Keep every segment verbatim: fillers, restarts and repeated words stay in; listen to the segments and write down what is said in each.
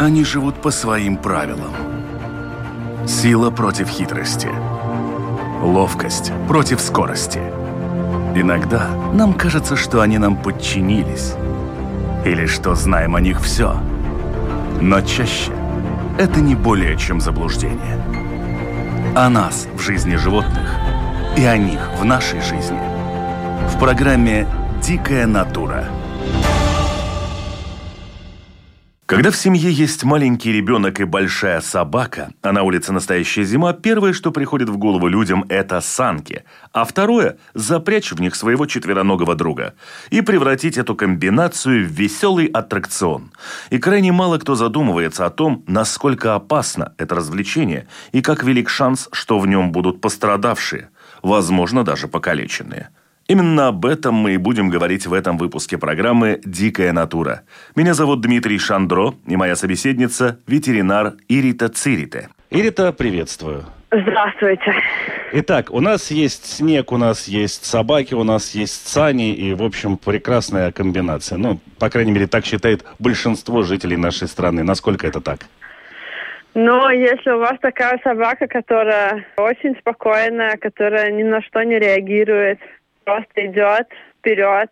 Они живут по своим правилам. Сила против хитрости. Ловкость против скорости. Иногда нам кажется, что они нам подчинились. Или что знаем о них все. Но чаще это не более чем заблуждение. О нас в жизни животных и о них в нашей жизни. В программе «Дикая натура». Когда в семье есть маленький ребенок и большая собака, а на улице настоящая зима, первое, что приходит в голову людям, это санки. А второе – запрячь в них своего четвероногого друга и превратить эту комбинацию в веселый аттракцион. И крайне мало кто задумывается о том, насколько опасно это развлечение и как велик шанс, что в нем будут пострадавшие, возможно, даже покалеченные. Именно об этом мы и будем говорить в этом выпуске программы «Дикая натура». Меня зовут Дмитрий Шандро, и моя собеседница – ветеринар Ирита Цирите. Ирита, приветствую. Здравствуйте. Итак, у нас есть снег, у нас есть собаки, у нас есть сани, и, в общем, прекрасная комбинация. Ну, по крайней мере, так считает большинство жителей нашей страны. Насколько это так? Ну, если у вас такая собака, которая очень спокойная, которая ни на что не реагирует, просто идет вперед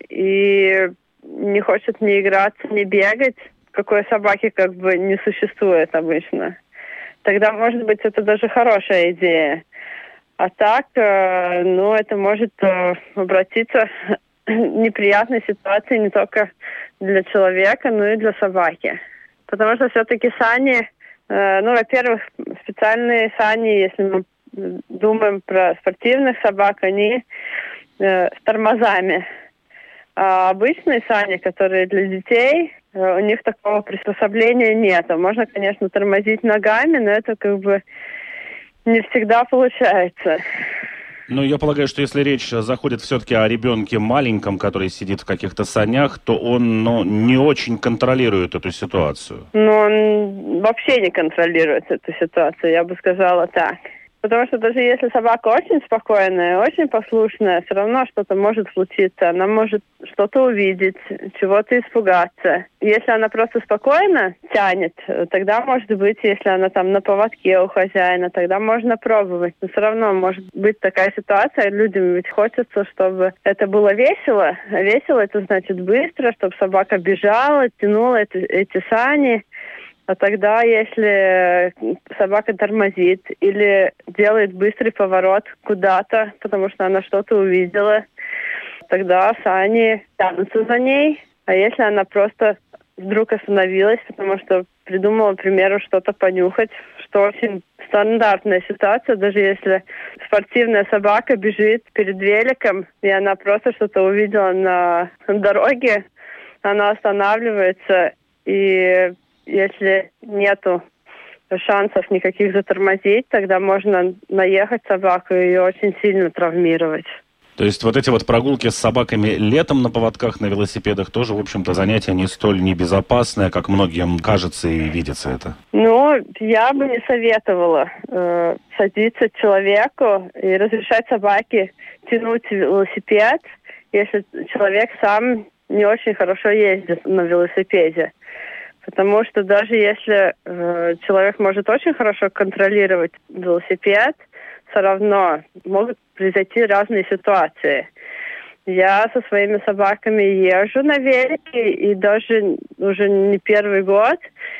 и не хочет ни играться, ни бегать, какой собаки как бы не существует обычно, тогда, может быть, это даже хорошая идея. А так, ну, это может обратиться в неприятной ситуации не только для человека, но и для собаки. Потому что все-таки сани, ну, во-первых, специальные сани, если мы думаем про спортивных собак, они с тормозами. А обычные сани, которые для детей, у них такого приспособления нет. Можно, конечно, тормозить ногами, но это как бы не всегда получается. Ну, я полагаю, что если речь заходит все-таки о ребенке маленьком, который сидит в каких-то санях, то он, ну, не очень контролирует эту ситуацию. Ну, он вообще не контролирует эту ситуацию, я бы сказала так. Потому что даже если собака очень спокойная, очень послушная, все равно что-то может случиться. Она может что-то увидеть, чего-то испугаться. Если она просто спокойно тянет, тогда, может быть, если она там на поводке у хозяина, тогда можно пробовать. Но все равно может быть такая ситуация. Людям ведь хочется, чтобы это было весело. Весело — это значит быстро, чтобы собака бежала, тянула эти, эти сани. А тогда, если собака тормозит или делает быстрый поворот куда-то, потому что она что-то увидела, тогда сани тянутся за ней. А если она просто вдруг остановилась, потому что придумала, к примеру, что-то понюхать, что очень стандартная ситуация, даже если спортивная собака бежит перед великом, и она просто что-то увидела на дороге, она останавливается, и если нету шансов никаких затормозить, тогда можно наехать собаку и ее очень сильно травмировать. То есть вот эти вот прогулки с собаками летом на поводках, на велосипедах тоже, в общем-то, занятие не столь небезопасное, как многим кажется и видится это? Ну, я бы не советовала э, садиться человеку и разрешать собаке тянуть велосипед, если человек сам не очень хорошо ездит на велосипеде. Потому что даже если э, человек может очень хорошо контролировать велосипед, все равно могут произойти разные ситуации. Я со своими собаками езжу на велике, и даже уже не первый год,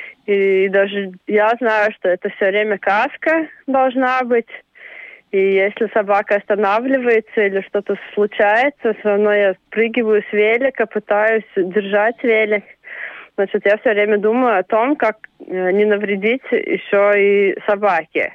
и даже я знаю, что это все время каска должна быть. И если собака останавливается или что-то случается, все равно я спрыгиваю с велика, пытаюсь держать велик. Значит, я все время думаю о том, как не навредить еще и собаке.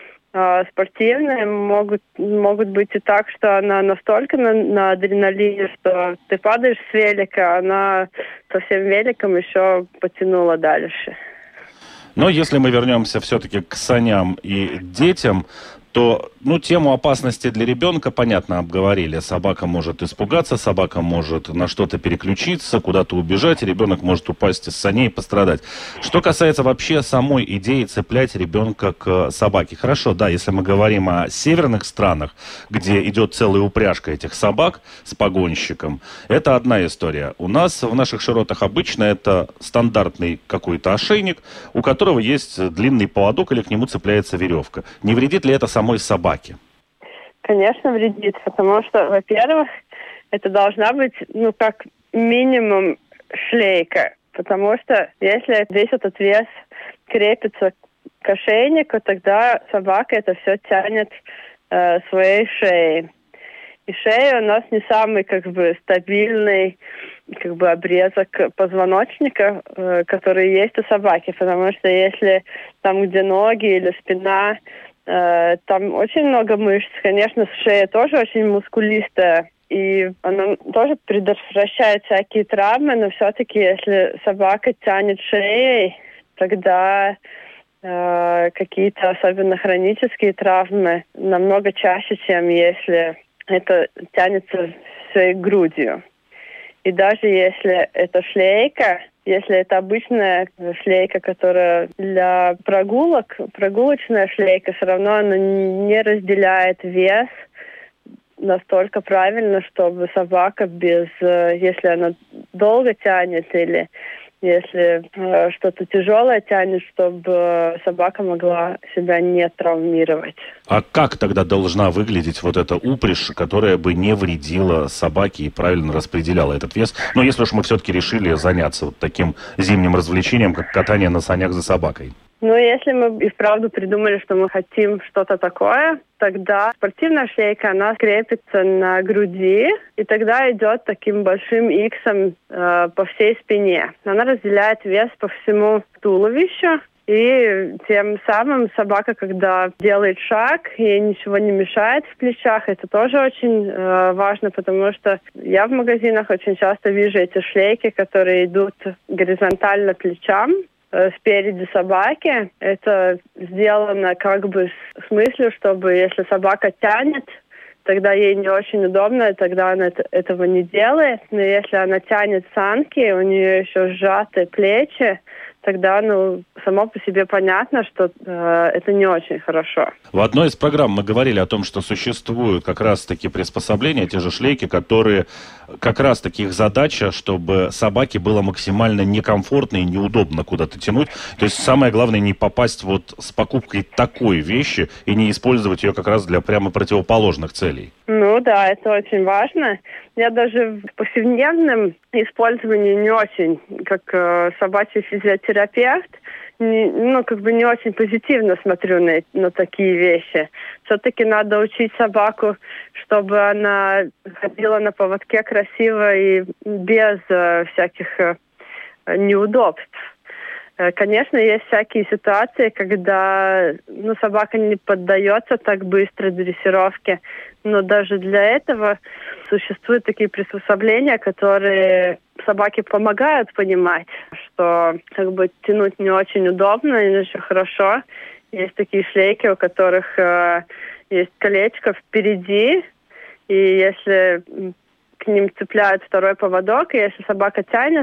А спортивные могут, могут быть и так, что она настолько на, на адреналине, что ты падаешь с велика, она со всем великом еще потянула дальше. Но если мы вернемся все-таки к саням и детям, то что, ну, тему опасности для ребенка, понятно, обговорили. Собака может испугаться, собака может на что-то переключиться, куда-то убежать, и ребенок может упасть из саней и пострадать. Что касается вообще самой идеи цеплять ребенка к собаке. Хорошо, да, если мы говорим о северных странах, где идет целая упряжка этих собак с погонщиком, это одна история. У нас в наших широтах обычно это стандартный какой-то ошейник, у которого есть длинный поводок или к нему цепляется веревка. Не вредит ли это самой собаке? Конечно, вредит, потому что, во-первых, это должна быть, ну, как минимум шлейка, потому что если весь этот вес крепится к ошейнику, тогда собака это все тянет э, своей шеей. И шея у нас не самый, как бы, стабильный, как бы, обрезок позвоночника, э, который есть у собаки, потому что если там, где ноги или спина, э, там очень много мышц. Конечно, шея тоже очень мускулистая, и она тоже предотвращает всякие травмы, но все-таки, если собака тянет шеей, тогда э, какие-то особенно хронические травмы намного чаще, чем если это тянется всей грудью. И даже если это шлейка, если это обычная шлейка, которая для прогулок, прогулочная шлейка, все равно она не разделяет вес настолько правильно, чтобы собака без, если она долго тянет или если э, что-то тяжелое тянет, чтобы собака могла себя не травмировать. А как тогда должна выглядеть вот эта упряжь, которая бы не вредила собаке и правильно распределяла этот вес? Но если уж мы все-таки решили заняться вот таким зимним развлечением, как катание на санях за собакой. Ну, если мы и вправду придумали, что мы хотим что-то такое, тогда спортивная шлейка, она крепится на груди, и тогда идет таким большим иксом э, по всей спине. Она разделяет вес по всему туловищу, и тем самым собака, когда делает шаг, ей ничего не мешает в плечах. Это тоже очень э, важно, потому что я в магазинах очень часто вижу эти шлейки, которые идут горизонтально плечам, спереди собаки. Это сделано как бы с мыслью, чтобы если собака тянет, тогда ей не очень удобно, и тогда она это, этого не делает. Но если она тянет санки, у нее еще сжатые плечи, тогда, ну, само по себе понятно, что э, это не очень хорошо. В одной из программ мы говорили о том, что существуют как раз-таки приспособления, те же шлейки, которые как раз-таки их задача, чтобы собаке было максимально некомфортно и неудобно куда-то тянуть. То есть самое главное не попасть вот с покупкой такой вещи и не использовать ее как раз для прямо противоположных целей. Ну да, это очень важно. Я даже в повседневном использовании не очень, как э, собачий физиотерапевт, не, ну, как бы не очень позитивно смотрю на, на такие вещи. Все-таки надо учить собаку, чтобы она ходила на поводке красиво и без э, всяких э, неудобств. Конечно, есть всякие ситуации, когда, ну, собака не поддается так быстро дрессировке, но даже для этого существуют такие приспособления, которые собаке помогают понимать, что как бы тянуть не очень удобно и не очень хорошо. Есть такие шлейки, у которых э, есть колечко впереди, и если к ним цепляют второй поводок, и если собака тянет,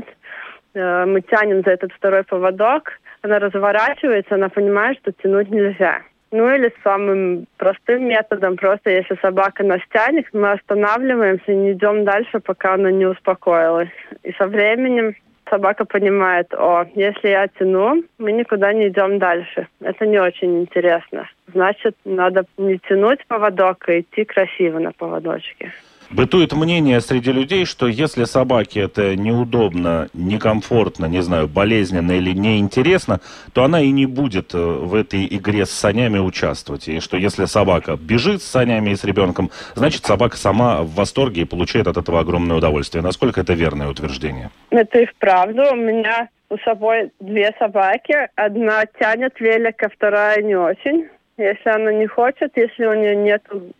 мы тянем за этот второй поводок, она разворачивается, она понимает, что тянуть нельзя. Ну или самым простым методом, просто если собака нас тянет, мы останавливаемся и не идем дальше, пока она не успокоилась. И со временем собака понимает: о, если я тяну, мы никуда не идем дальше. Это не очень интересно. Значит, надо не тянуть поводок, а идти красиво на поводочке. Бытует мнение среди людей, что если собаке это неудобно, некомфортно, не знаю, болезненно или неинтересно, то она и не будет в этой игре с санями участвовать. И что если собака бежит с санями и с ребенком, значит, собака сама в восторге и получает от этого огромное удовольствие. Насколько это верное утверждение? Это и вправду. У меня у собой две собаки. Одна тянет велик, а вторая не очень. Если она не хочет, если у нее нет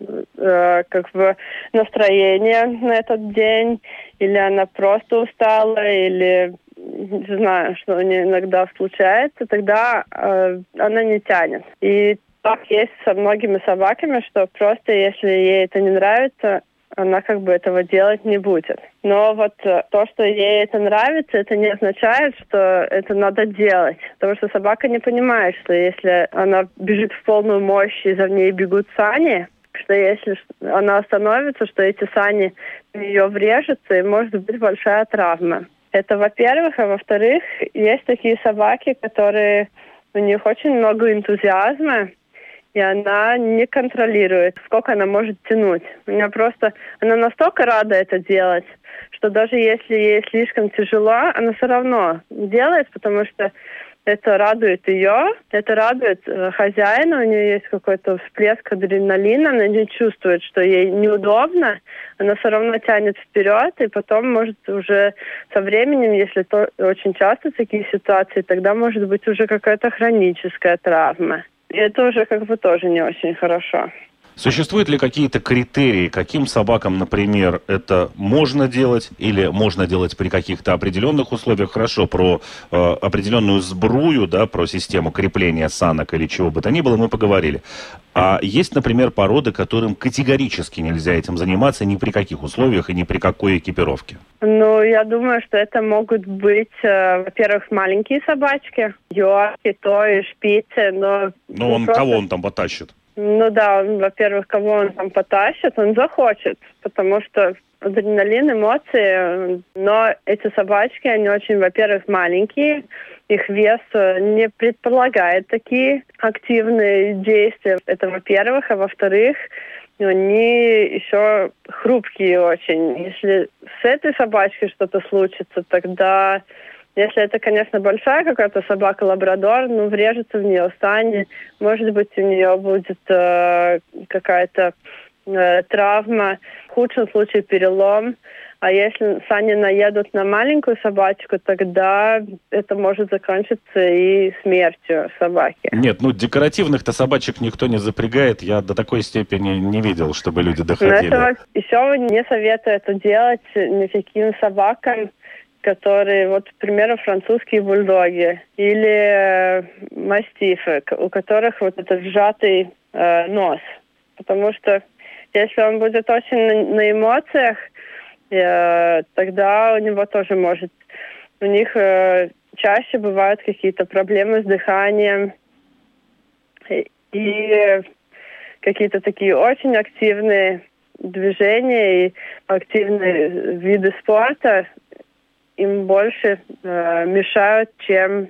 э, как бы настроения на этот день, или она просто устала, или не знаю, что у нее иногда случается, тогда э, она не тянет. И так есть со многими собаками, что просто если ей это не нравится, она как бы этого делать не будет. Но вот то, что ей это нравится, это не означает, что это надо делать. Потому что собака не понимает, что если она бежит в полную мощь и за ней бегут сани, что если она остановится, что эти сани в нее врежутся, и может быть большая травма. Это во-первых. А во-вторых, есть такие собаки, которые у них очень много энтузиазма, и она не контролирует, сколько она может тянуть. У меня просто... Она настолько рада это делать, что даже если ей слишком тяжело, она все равно делает, потому что это радует ее, это радует э, хозяина, у нее есть какой-то всплеск адреналина, она не чувствует, что ей неудобно, она все равно тянет вперед, и потом может уже со временем, если то очень часто такие ситуации, тогда может быть уже какая-то хроническая травма. И это уже как бы тоже не очень хорошо. Существуют ли какие-то критерии, каким собакам, например, это можно делать или можно делать при каких-то определенных условиях? Хорошо, про э, определенную сбрую, да, про систему крепления санок или чего бы то ни было мы поговорили. А есть, например, породы, которым категорически нельзя этим заниматься ни при каких условиях и ни при какой экипировке? Ну, я думаю, что это могут быть, э, во-первых, маленькие собачки, йорки, тои, шпицы, но... Ну, он просто... кого он там потащит? Ну да, он, во-первых, кого он там потащит, он захочет, потому что адреналин, эмоции, но эти собачки, они очень, во-первых, маленькие, их вес не предполагает такие активные действия, это во-первых, а во-вторых, они еще хрупкие очень. Если с этой собачкой что-то случится, тогда... Если это, конечно, большая какая-то собака-лабрадор, ну, врежется в нее сани, может быть, у нее будет э, какая-то э, травма, в худшем случае перелом. А если сани наедут на маленькую собачку, тогда это может закончиться и смертью собаки. Нет, ну, декоративных-то собачек никто не запрягает. Я до такой степени не видел, чтобы люди доходили. Но это, еще не советую это делать никаким собакам, которые, вот, к примеру, французские бульдоги или э, мастифы, у которых вот этот сжатый э, нос. Потому что если он будет очень на, на эмоциях, э, тогда у него тоже может... У них э, чаще бывают какие-то проблемы с дыханием и, и какие-то такие очень активные движения и активные виды спорта им больше э, мешают, чем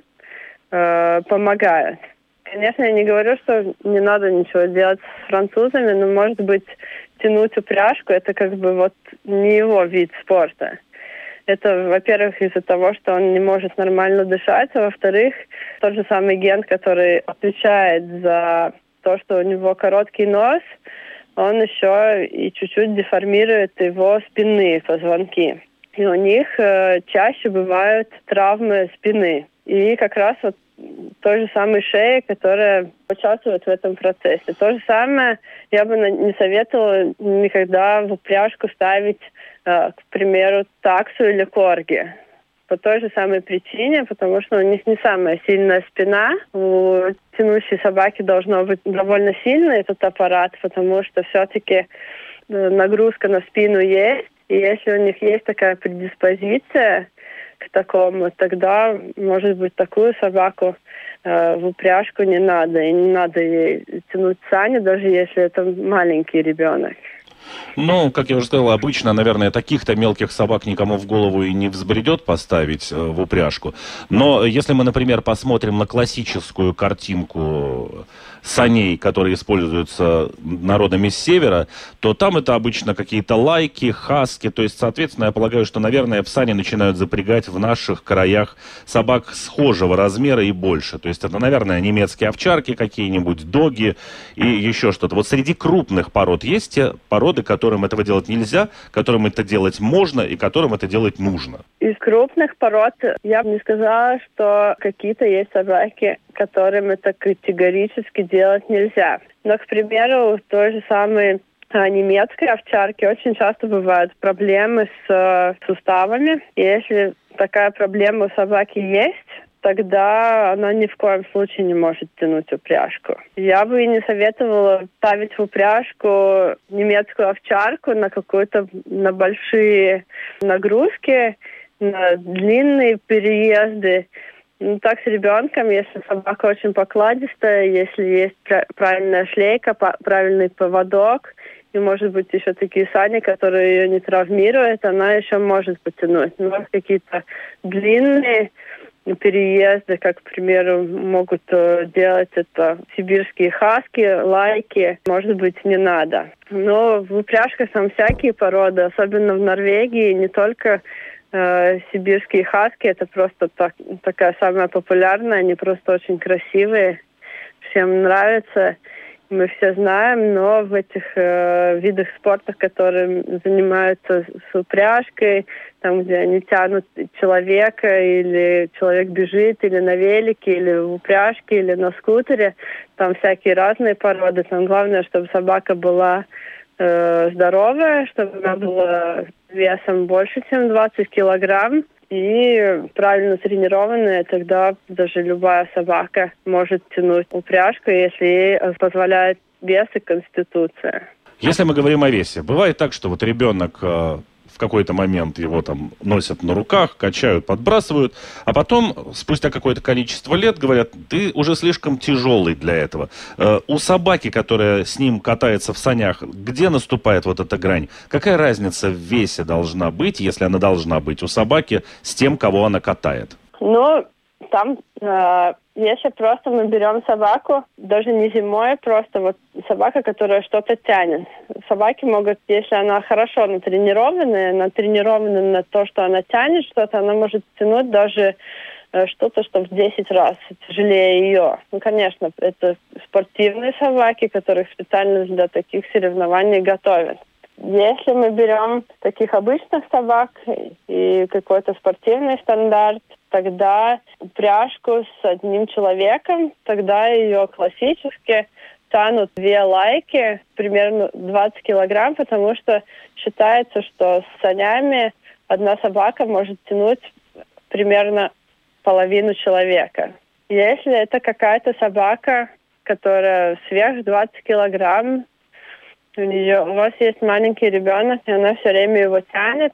э, помогают. Конечно, я не говорю, что не надо ничего делать с французами, но, может быть, тянуть упряжку, это как бы вот не его вид спорта. Это, во-первых, из-за того, что он не может нормально дышать, а во-вторых, тот же самый ген, который отвечает за то, что у него короткий нос, он еще и чуть-чуть деформирует его спинные позвонки. И у них э, чаще бывают травмы спины. И как раз вот той же самой шеи, которая участвует в этом процессе. То же самое я бы не советовала никогда в упряжку ставить, э, к примеру, таксу или корги. По той же самой причине, потому что у них не самая сильная спина. У тянущей собаки должно быть довольно сильный этот аппарат, потому что все-таки нагрузка на спину есть. И если у них есть такая предиспозиция к такому, тогда, может быть, такую собаку э, в упряжку не надо. И не надо ей тянуть сани, даже если это маленький ребенок. Ну, как я уже сказал, обычно, наверное, таких-то мелких собак никому в голову и не взбредет поставить э, в упряжку. Но если мы, например, посмотрим на классическую картинку саней, которые используются народами с севера, то там это обычно какие-то лайки, хаски. То есть, соответственно, я полагаю, что, наверное, в сани начинают запрягать в наших краях собак схожего размера и больше. То есть это, наверное, немецкие овчарки какие-нибудь, доги и еще что-то. Вот среди крупных пород есть те породы, которым этого делать нельзя, которым это делать можно и которым это делать нужно? Из крупных пород я бы не сказала, что какие-то есть собаки, которым это категорически делать нельзя. Но, к примеру, в той же самой а, немецкой овчарке очень часто бывают проблемы с а, суставами. И если такая проблема у собаки есть, тогда она ни в коем случае не может тянуть упряжку. Я бы и не советовала ставить в упряжку немецкую овчарку на какую-то, на большие нагрузки, на длинные переезды. Ну, так с ребенком, если собака очень покладистая, если есть правильная шлейка, правильный поводок, и, может быть, еще такие сани, которые ее не травмируют, она еще может потянуть. Но какие-то длинные переезды, как, к примеру, могут делать это сибирские хаски, лайки, может быть, не надо. Но в упряжках там всякие породы, особенно в Норвегии, не только э, сибирские хаски, это просто так, такая самая популярная, они просто очень красивые, всем нравятся. Мы все знаем, но в этих э, видах спорта, которые занимаются с упряжкой, там, где они тянут человека, или человек бежит, или на велике, или в упряжке, или на скутере, там всякие разные породы. Там главное, чтобы собака была э, здоровая, чтобы она была весом больше, чем двадцать килограмм. И правильно тренированная, тогда даже любая собака может тянуть упряжку, если ей позволяет вес и конституция. Если мы говорим о весе, бывает так, что вот ребенок э, в какой-то момент его там носят на руках, качают, подбрасывают, а потом, спустя какое-то количество лет, говорят, ты уже слишком тяжелый для этого. Э, у собаки, которая с ним катается в санях, где наступает вот эта грань? Какая разница в весе должна быть, если она должна быть у собаки, с тем, кого она катает? Ну, там, э, если просто мы берем собаку, даже не зимой, просто вот собака, которая что-то тянет. Собаки могут, если она хорошо натренированная, натренирована на то, что она тянет что-то, она может тянуть даже э, что-то, что в десять раз тяжелее ее. Ну, конечно, это спортивные собаки, которых специально для таких соревнований готовят. Если мы берем таких обычных собак и какой-то спортивный стандарт, тогда упряжку с одним человеком, тогда ее классически тянут две лайки, примерно двадцать килограмм, потому что считается, что с санями одна собака может тянуть примерно половину человека. Если это какая-то собака, которая сверх двадцать килограмм, у нее, у вас есть маленький ребенок, и она все время его тянет,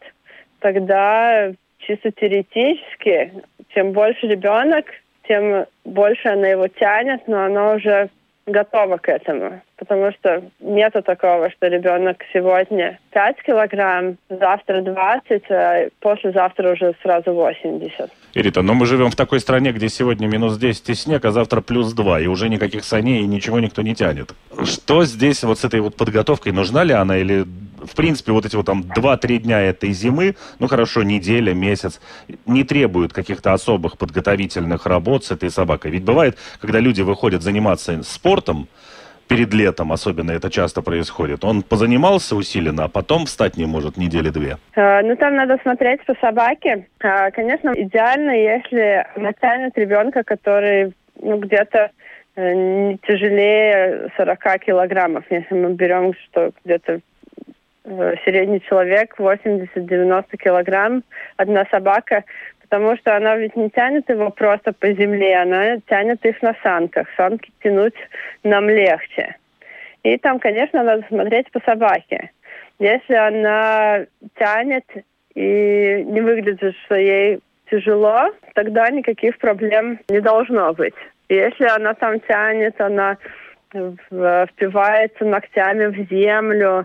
тогда чисто теоретически, чем больше ребенок, тем больше она его тянет, но она уже готова к этому. Потому что нету такого, что ребенок сегодня пять килограмм, завтра двадцать, а послезавтра уже сразу восемьдесят. Ирита, но мы живем в такой стране, где сегодня минус десять и снег, а завтра плюс два, и уже никаких саней, и ничего никто не тянет. Что здесь вот с этой вот подготовкой? Нужна ли она или, в принципе, вот эти вот там два-три дня этой зимы, ну хорошо, неделя, месяц, не требуют каких-то особых подготовительных работ с этой собакой? Ведь бывает, когда люди выходят заниматься спортом, перед летом особенно это часто происходит. Он позанимался усиленно, а потом встать не может недели две. Э, ну, там надо смотреть по собаке. Э, конечно, идеально, если она тянет ребенка, который ну, где-то э, не тяжелее сорок килограммов. Если мы берем, что где-то э, средний человек восемьдесят-девяносто килограмм, одна собака, потому что она ведь не тянет его просто по земле, она тянет их на санках. Санки тянуть нам легче. И там, конечно, надо смотреть по собаке. Если она тянет и не выглядит, что ей тяжело, тогда никаких проблем не должно быть. Если она там тянет, она впивается ногтями в землю,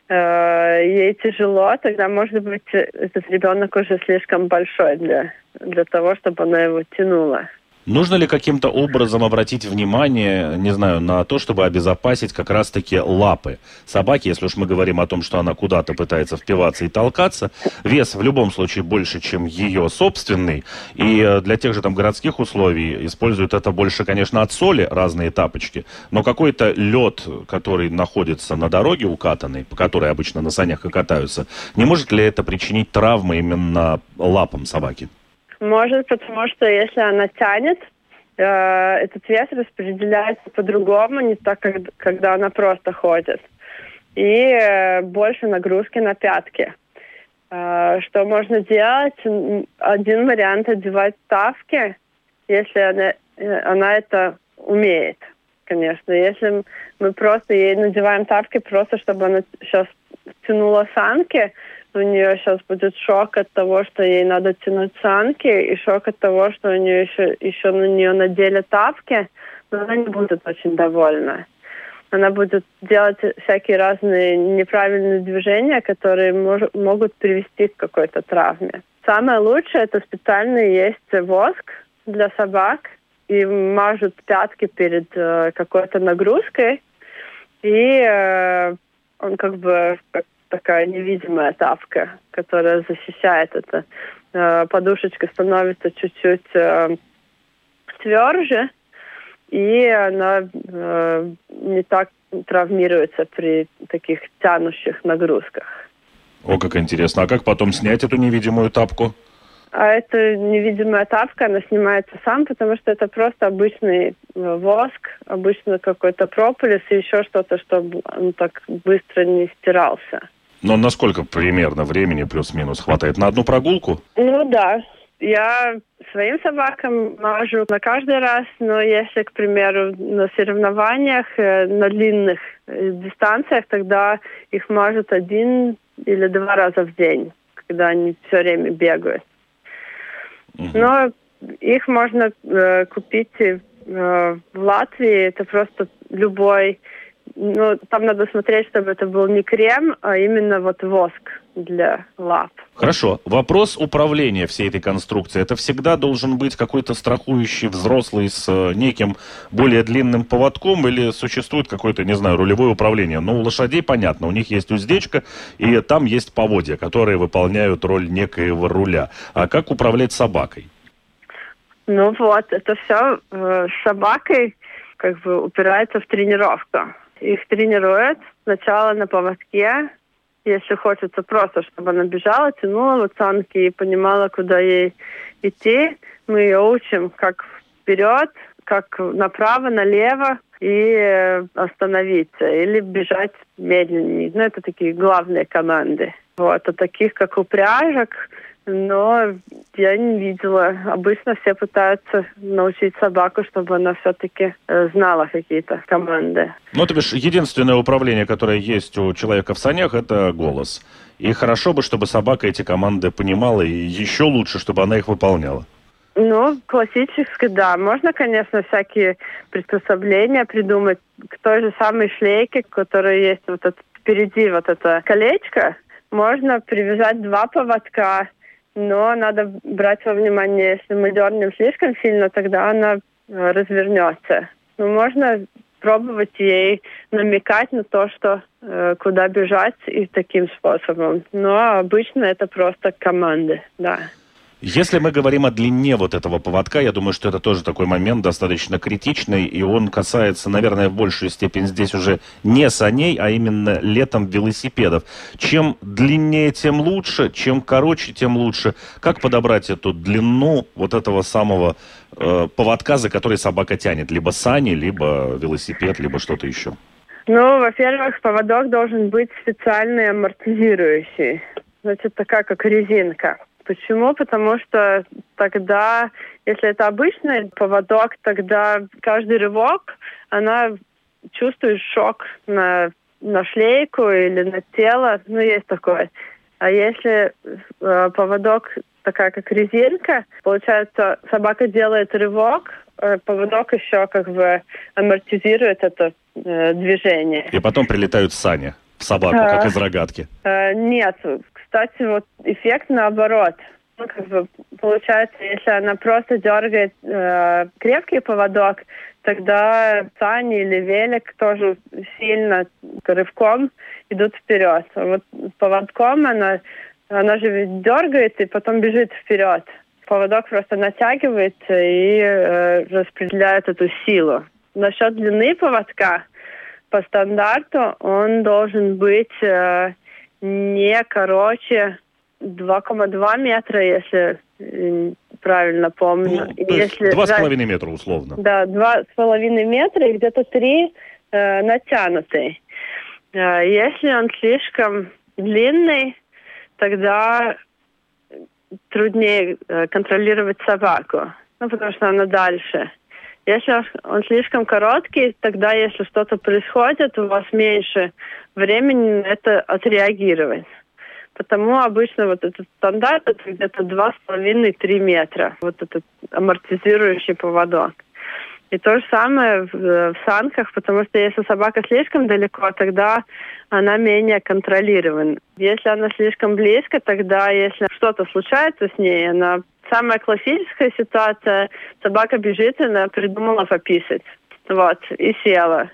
ей тяжело, тогда, может быть, этот ребенок уже слишком большой для, для того, чтобы она его тянула. Нужно ли каким-то образом обратить внимание, не знаю, на то, чтобы обезопасить как раз-таки лапы собаки, если уж мы говорим о том, что она куда-то пытается впиваться и толкаться? Вес в любом случае больше, чем ее собственный, и для тех же там городских условий используют это больше, конечно, от соли, разные тапочки, но какой-то лед, который находится на дороге укатанной, по которой обычно на санях и катаются, не может ли это причинить травмы именно лапам собаки? Может, потому что если она тянет, э, этот вес распределяется по-другому, не так, как когда она просто ходит. И э, больше нагрузки на пятки. Э, что можно делать? Один вариант — одевать ставки если она, она это умеет, конечно. Если мы просто ей надеваем тапки, просто чтобы она сейчас тянула санки, у нее сейчас будет шок от того, что ей надо тянуть санки, и шок от того, что у нее еще, еще на нее надели тапки, но она не будет очень довольна. Она будет делать всякие разные неправильные движения, которые мож, могут привести к какой-то травме. Самое лучшее — это специальный есть воск для собак, и мажут пятки перед э, какой-то нагрузкой, и э, он как бы как такая невидимая тапка, которая защищает это. Э, подушечка становится чуть-чуть э, тверже, и она э, не так травмируется при таких тянущих нагрузках. О, как интересно. А как потом снять эту невидимую тапку? А эта невидимая тапка, она снимается сам, потому что это просто обычный воск, обычно какой-то прополис и еще что-то, чтобы он так быстро не стирался. Но насколько примерно времени плюс-минус хватает? На одну прогулку? Ну да. Я своим собакам мажу на каждый раз, но если, к примеру, на соревнованиях, на длинных дистанциях, тогда их мажут один или два раза в день, когда они все время бегают. Угу. Но их можно э, купить э, в Латвии, это просто любой. Ну, там надо смотреть, чтобы это был не крем, а именно вот воск для лап. Хорошо. Вопрос управления всей этой конструкцией. Это всегда должен быть какой-то страхующий взрослый с неким более длинным поводком или существует какое-то, не знаю, рулевое управление? Но у лошадей понятно, у них есть уздечка и там есть поводья, которые выполняют роль некоего руля. А как управлять собакой? Ну вот, это все э, с собакой как бы упирается в тренировку. Их тренируют сначала на поводке, если хочется просто, чтобы она бежала, тянула вот санки и понимала, куда ей идти. Мы ее учим как вперед, как направо, налево и остановиться или бежать медленнее. Ну, это такие главные команды. Вот, а таких, как упряжек, но я не видела. Обычно все пытаются научить собаку, чтобы она все-таки знала какие-то команды. Ну, то бишь, единственное управление, которое есть у человека в санях, это голос. И хорошо бы, чтобы собака эти команды понимала, и еще лучше, чтобы она их выполняла. Ну, классически, да. Можно, конечно, всякие приспособления придумать к той же самой шлейке, которая есть вот это, впереди, вот это колечко. Можно привязать два поводка, но надо брать во внимание, если мы дернем слишком сильно, тогда она развернется. Но можно пробовать ей намекать на то, что э, куда бежать, и таким способом. Но обычно это просто команды, да. Если мы говорим о длине вот этого поводка, я думаю, что это тоже такой момент достаточно критичный, и он касается, наверное, в большую степень здесь уже не саней, а именно летом велосипедов. Чем длиннее, тем лучше, чем короче, тем лучше. Как подобрать эту длину вот этого самого э, поводка, за который собака тянет? Либо сани, либо велосипед, либо что-то еще? Ну, во-первых, поводок должен быть специальный амортизирующий. Значит, такая, как резинка. Почему? Потому что тогда, если это обычный поводок, тогда каждый рывок, она чувствует шок на, на шлейку или на тело, ну, есть такое. А если э, поводок такая, как резинка, получается, собака делает рывок, э, поводок еще как бы амортизирует это э, движение. И потом прилетают сани в собаку, а, как из рогатки. Э, нет. Кстати, вот эффект наоборот. Ну, как бы, получается, если она просто дергает э, крепкий поводок, тогда сани или велик тоже сильно рывком идут вперед. А вот поводком она, она же ведь дергает и потом бежит вперед. Поводок просто натягивается и э, распределяет эту силу. Насчет длины поводка, по стандарту он должен быть э, не короче два целых два метра, если э, правильно помню. Ну, то есть два с половиной метра условно. Да, два с половиной метра и где-то три э, натянутый. Э, если он слишком длинный, тогда труднее э, контролировать собаку. ну, потому что она дальше. Если он слишком короткий, тогда, если что-то происходит, у вас меньше времени на это отреагировать. Потому обычно вот этот стандарт это где-то два с половиной - три метра. Вот этот амортизирующий поводок. И то же самое в, в санках, потому что если собака слишком далеко, тогда она менее контролируема. Если она слишком близко, тогда если что-то случается с ней, она... Самая классическая ситуация, собака бежит, и она придумала пописать. Вот, и села.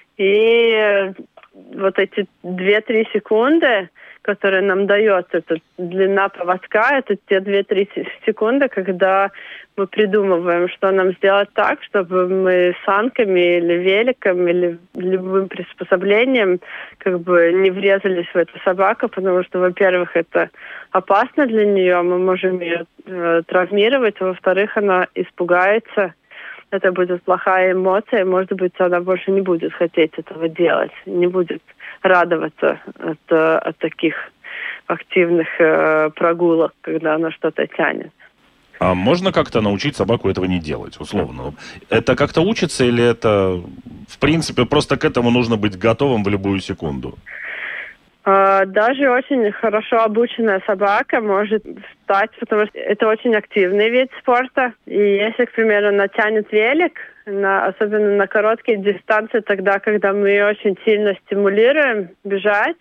И вот эти две-три секунды, которые нам дает эта длина поводка, это те две-три секунды, когда мы придумываем, что нам сделать так, чтобы мы санками или великом, или любым приспособлением как бы не врезались в эту собаку, потому что, во-первых, это опасно для нее, мы можем ее э, травмировать, а во-вторых, она испугается, это будет плохая эмоция, может быть, она больше не будет хотеть этого делать, не будет радоваться от, от таких активных э, прогулок, когда она что-то тянет. А можно как-то научить собаку этого не делать, условно? Это как-то учится или это, в принципе, просто к этому нужно быть готовым в любую секунду? Даже очень хорошо обученная собака может встать, потому что это очень активный вид спорта. И если, к примеру, она тянет велик, на, особенно на короткие дистанции, тогда, когда мы ее очень сильно стимулируем бежать,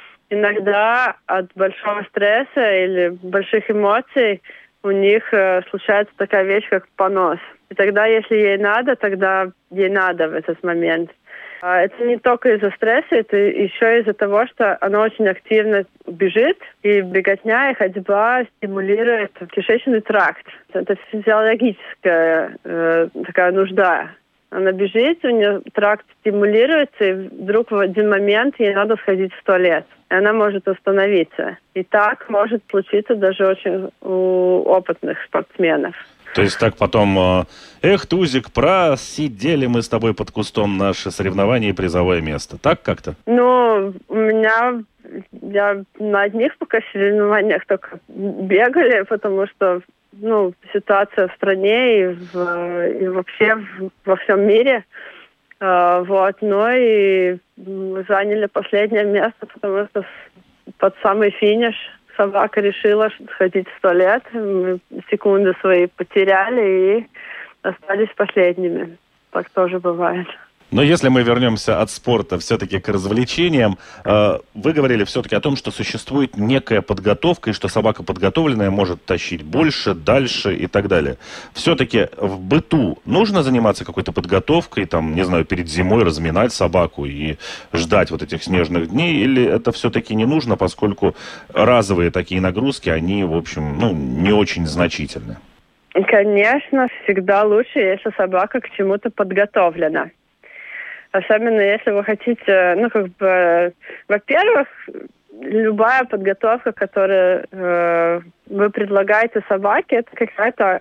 иногда от большого стресса или больших эмоций у них э, случается такая вещь, как понос. И тогда, если ей надо, тогда ей надо в этот момент. А это не только из-за стресса, это еще из-за того, что она очень активно бежит, и беготня и ходьба стимулирует кишечный тракт. Это физиологическая э, такая нужда. Она бежит, у нее тракт стимулируется, и вдруг в один момент ей надо сходить в туалет. И она может остановиться. И так может случиться даже очень у опытных спортсменов. То есть так потом, эх, Тузик, просидели мы с тобой под кустом наше соревнование и призовое место. Так как-то? Ну, у меня, я на одних пока соревнованиях только бегали, потому что, ну, ситуация в стране и, в, и вообще во всем мире. Uh, вот, но и мы заняли последнее место, потому что под самый финиш собака решила сходить в туалет. Мы секунды свои потеряли и остались последними. Так тоже бывает. Но если мы вернемся от спорта все-таки к развлечениям, э, вы говорили все-таки о том, что существует некая подготовка, и что собака подготовленная может тащить больше, дальше и так далее. Все-таки в быту нужно заниматься какой-то подготовкой, там, не знаю, перед зимой разминать собаку и ждать вот этих снежных дней, или это все-таки не нужно, поскольку разовые такие нагрузки, они, в общем, ну, не очень значительны? Конечно, всегда лучше, если собака к чему-то подготовлена. Особенно если вы хотите, ну, как бы, во-первых, любая подготовка, которую э, вы предлагаете собаке, это какая-то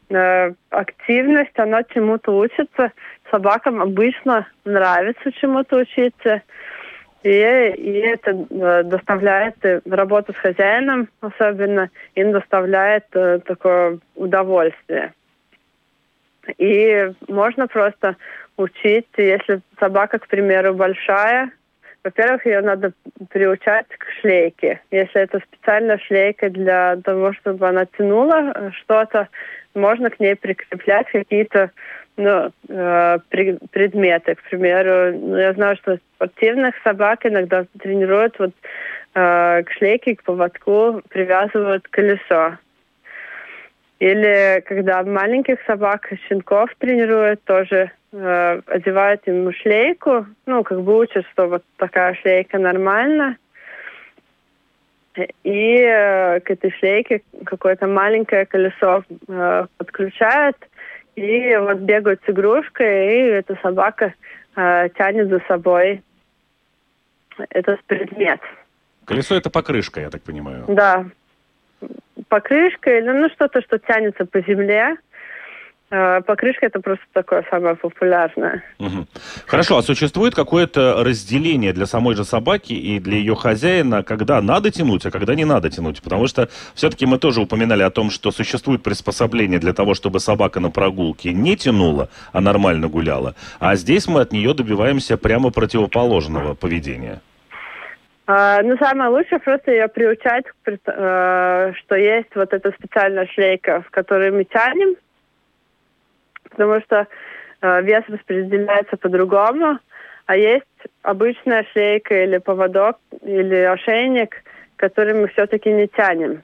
э, активность, она чему-то учится. Собакам обычно нравится чему-то учиться. И, и это э, доставляет э, работу с хозяином, особенно, им доставляет э, такое удовольствие. И можно просто учить, если собака, к примеру, большая, во-первых, ее надо приучать к шлейке. Если это специальная шлейка для того, чтобы она тянула что-то, можно к ней прикреплять какие-то ну, э, предметы. К примеру, ну, я знаю, что спортивных собак иногда тренируют вот э, к шлейке, к поводку привязывают колесо. Или когда маленьких собак, щенков тренируют, тоже э, одевают им шлейку, ну, как бы учат, что вот такая шлейка нормальна. И э, к этой шлейке какое-то маленькое колесо э, подключают, и вот бегают с игрушкой, и эта собака э, тянет за собой этот предмет. Колесо — это покрышка, я так понимаю. Да. Покрышка или ну что-то, что тянется по земле. Покрышка — это просто такое самое популярное. Угу. Хорошо, а существует какое-то разделение для самой же собаки и для ее хозяина, когда надо тянуть, а когда не надо тянуть? Потому что все-таки мы тоже упоминали о том, что существует приспособление для того, чтобы собака на прогулке не тянула, а нормально гуляла. А здесь мы от нее добиваемся прямо противоположного поведения. А, ну, самое лучшее просто ее приучать, что есть вот эта специальная шлейка, в которой мы тянем, потому что э, вес распределяется по-другому, а есть обычная шлейка или поводок, или ошейник, который мы все-таки не тянем.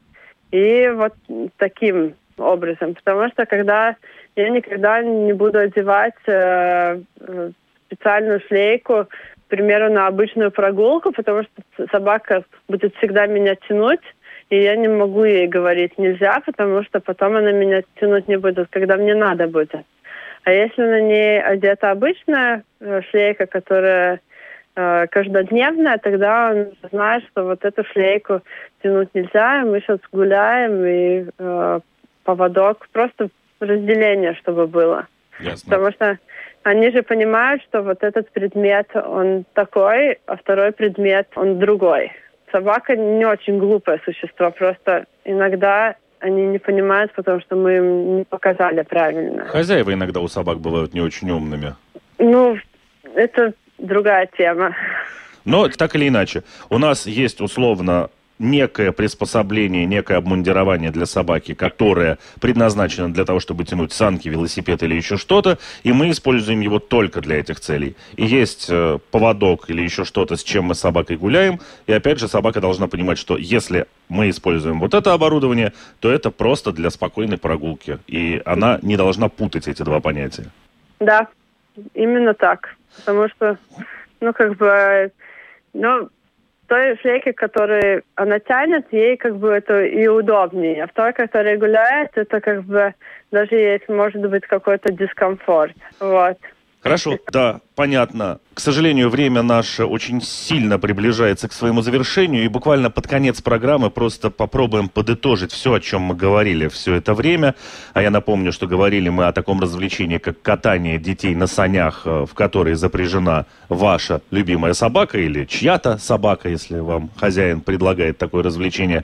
И вот таким образом. Потому что когда я никогда не буду одевать э, специальную шлейку, к примеру, на обычную прогулку, потому что собака будет всегда меня тянуть, и я не могу ей говорить нельзя, потому что потом она меня тянуть не будет, когда мне надо будет. А если на ней одета обычная э, шлейка, которая э, каждодневная, тогда он знает, что вот эту шлейку тянуть нельзя, и мы сейчас гуляем, и э, поводок, просто разделение, чтобы было. Ясно. Потому что они же понимают, что вот этот предмет, он такой, а второй предмет, он другой. Собака не очень глупое существо, просто иногда они не понимают, потому что мы им не показали правильно. Хозяева иногда у собак бывают не очень умными. Ну, это другая тема. Но так или иначе, у нас есть условно некое приспособление, некое обмундирование для собаки, которое предназначено для того, чтобы тянуть санки, велосипед или еще что-то, и мы используем его только для этих целей. И есть э, поводок или еще что-то, с чем мы с собакой гуляем, и опять же собака должна понимать, что если мы используем вот это оборудование, то это просто для спокойной прогулки, и она не должна путать эти два понятия. Да, именно так, потому что, ну, как бы, ну, той шлейке, которую она тянет, ей как бы это и удобнее. А в той, которая гуляет, это как бы даже есть, может быть, какой-то дискомфорт. Вот. Хорошо, да, понятно. К сожалению, время наше очень сильно приближается к своему завершению, и буквально под конец программы просто попробуем подытожить все, о чем мы говорили все это время. А я напомню, что говорили мы о таком развлечении, как катание детей на санях, в которой запряжена ваша любимая собака или чья-то собака, если вам хозяин предлагает такое развлечение.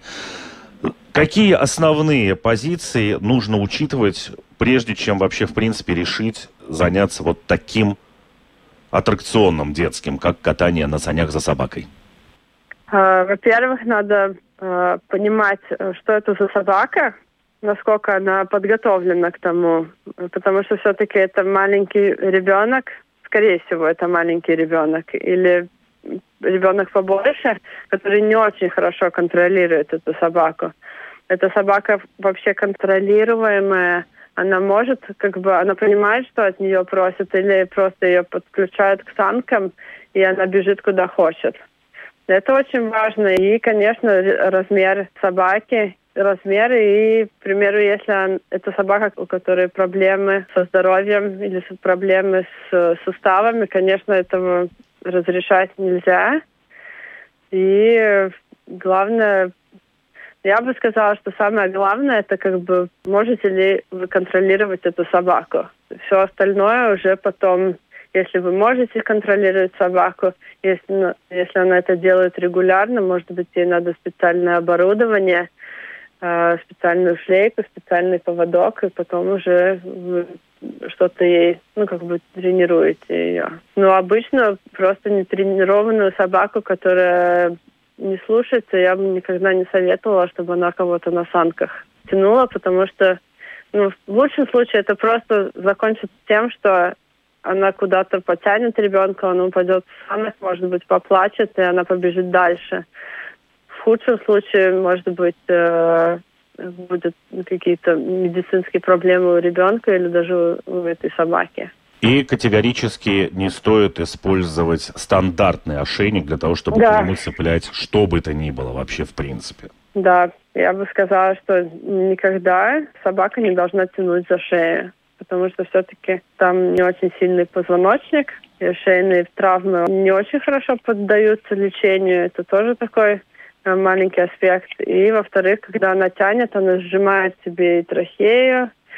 Какие основные позиции нужно учитывать, прежде чем вообще, в принципе, решить заняться вот таким аттракционом детским, как катание на санях за собакой? Во-первых, надо э, понимать, что это за собака, насколько она подготовлена к тому, потому что все-таки это маленький ребенок, скорее всего, это маленький ребенок, или ребенок побольше, который не очень хорошо контролирует эту собаку. Эта собака вообще контролируемая, она может, как бы, она понимает, что от нее просят, или просто ее подключают к санкам, и она бежит куда хочет. Это очень важно. И, конечно, размер собаки, размер, и, к примеру, если это собака, у которой проблемы со здоровьем или проблемы с суставами, конечно, этого разрешать нельзя. И главное, я бы сказала, что самое главное, это как бы можете ли вы контролировать эту собаку. Все остальное уже потом, если вы можете контролировать собаку, если, если она это делает регулярно, может быть, ей надо специальное оборудование, специальную шлейку, специальный поводок, и потом уже вы что-то ей, ну, как бы тренируете ее. Но обычно просто нетренированную собаку, которая не слушается, я бы никогда не советовала, чтобы она кого-то на санках тянула, потому что, ну, в лучшем случае это просто закончится тем, что она куда-то потянет ребенка, он упадет в санок, может быть, поплачет, и она побежит дальше. В худшем случае, может быть, э, будут какие-то медицинские проблемы у ребенка или даже у, у этой собаки. И категорически не стоит использовать стандартный ошейник для того, чтобы да. к нему цеплять что бы то ни было вообще в принципе. Да, я бы сказала, что никогда собака не должна тянуть за шею, потому что все-таки там не очень сильный позвоночник, и шейные травмы не очень хорошо поддаются лечению. Это тоже такой маленький аспект. И, во-вторых, когда она тянет, она сжимает себе и трахею,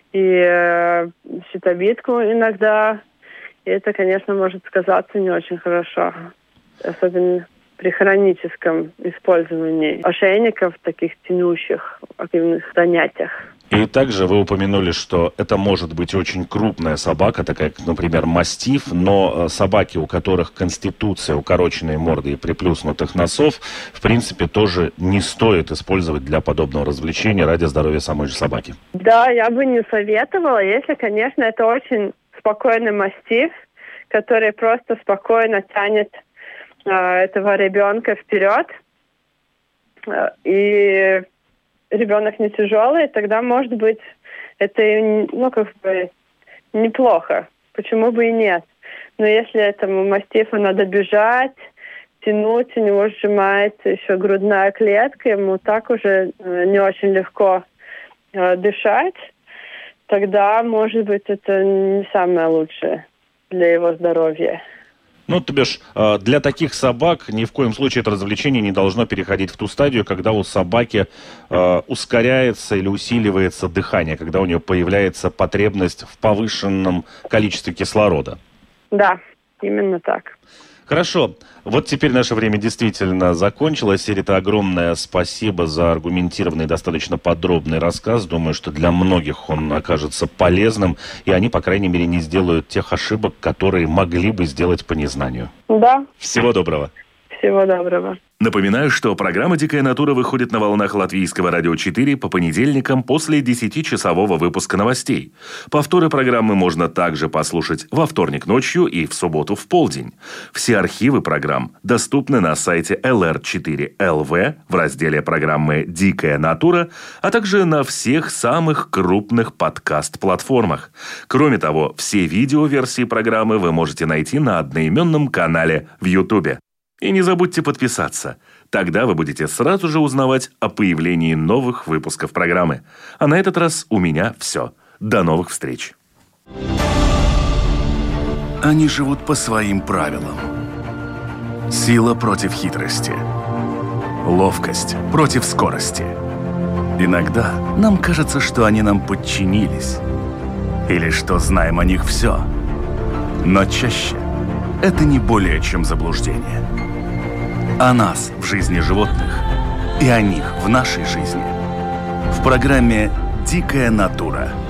и э, щитовидку иногда. И это, конечно, может сказаться не очень хорошо. Особенно при хроническом использовании ошейников, таких тянущих, активных занятиях. И также вы упомянули, что это может быть очень крупная собака, такая, как, например, мастиф, но собаки, у которых конституция укороченной морды и приплюснутых носов, в принципе, тоже не стоит использовать для подобного развлечения ради здоровья самой же собаки. Да, я бы не советовала, если, конечно, это очень спокойный мастиф, который просто спокойно тянет э, этого ребенка вперед, э, и ребенок не тяжелый, тогда, может быть, это, ну, как бы неплохо. Почему бы и нет? Но если этому мастифу надо бежать, тянуть, у него сжимается еще грудная клетка, ему так уже не очень легко э, дышать, тогда, может быть, это не самое лучшее для его здоровья. Ну, то бишь, для таких собак ни в коем случае это развлечение не должно переходить в ту стадию, когда у собаки э, ускоряется или усиливается дыхание, когда у нее появляется потребность в повышенном количестве кислорода. Да, именно так. Хорошо. Вот теперь наше время действительно закончилось. Рита, огромное спасибо за аргументированный, достаточно подробный рассказ. Думаю, что для многих он окажется полезным, и они, по крайней мере, не сделают тех ошибок, которые могли бы сделать по незнанию. Да. Всего доброго. Всего доброго. Напоминаю, что программа «Дикая натура» выходит на волнах Латвийского радио четыре по понедельникам после десятичасового выпуска новостей. Повторы программы можно также послушать во вторник ночью и в субботу в полдень. Все архивы программ доступны на сайте эл эр четыре эл ви в разделе программы «Дикая натура», а также на всех самых крупных подкаст-платформах. Кроме того, все видеоверсии программы вы можете найти на одноименном канале в Ютубе. И не забудьте подписаться. Тогда вы будете сразу же узнавать о появлении новых выпусков программы. А на этот раз у меня все. До новых встреч. Они живут по своим правилам. Сила против хитрости. Ловкость против скорости. Иногда нам кажется, что они нам подчинились. Или что знаем о них все. Но чаще это не более чем заблуждение. О нас в жизни животных и о них в нашей жизни. В программе «Дикая натура».